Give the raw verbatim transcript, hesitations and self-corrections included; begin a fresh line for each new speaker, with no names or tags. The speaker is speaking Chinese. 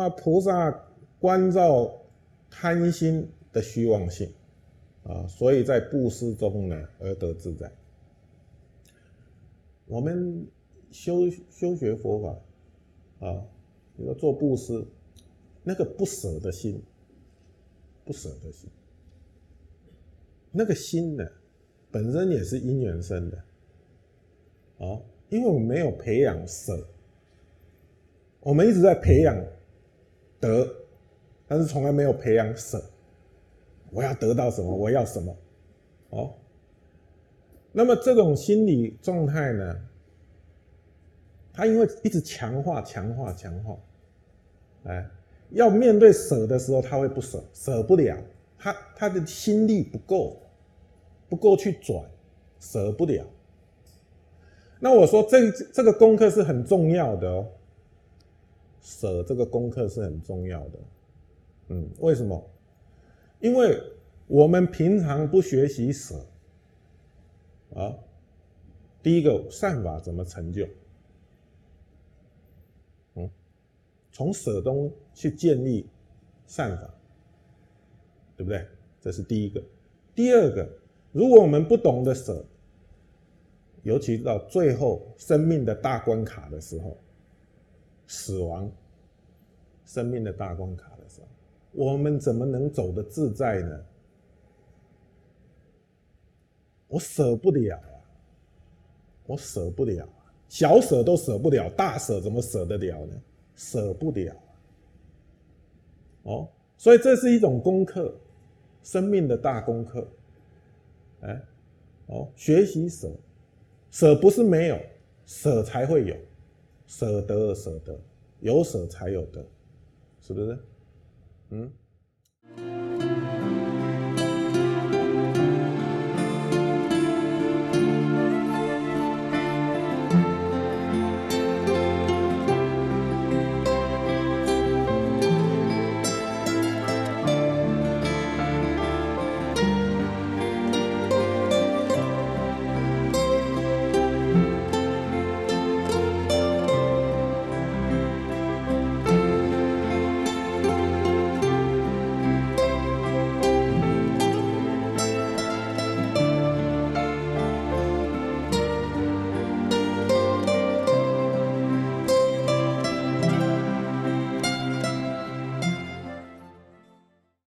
那菩萨关照贪心的虚妄性啊，所以在布施中呢而得自在。我们修修学佛法啊，比如说做布施，那个不舍的心，不舍的心，那个心呢，本身也是因缘生的啊，因为我们没有培养舍，我们一直在培养得，但是从来没有培养舍。我要得到什么？我要什么？哦。那么这种心理状态呢，它因为一直强化、强化、强化，哎，要面对舍的时候，他会不舍，舍不了，他他的心力不够，不够去转，舍不了。那我说这这个功课是很重要的哦，舍这个功课是很重要的。嗯，为什么？因为我们平常不学习舍。啊，第一个善法怎么成就？嗯，从舍中去建立善法，对不对？这是第一个。第二个，如果我们不懂得舍，尤其到最后生命的大关卡的时候，死亡，生命的大关卡的时候，我们怎么能走得自在呢？我舍不了啊，我舍不了啊，小舍都舍不了，大舍怎么舍得了呢？舍不了啊。哦，所以这是一种功课，生命的大功课。哎，哦，学习舍，舍不是没有，舍才会有，舍得而舍得，有舍才有得，是不是？嗯。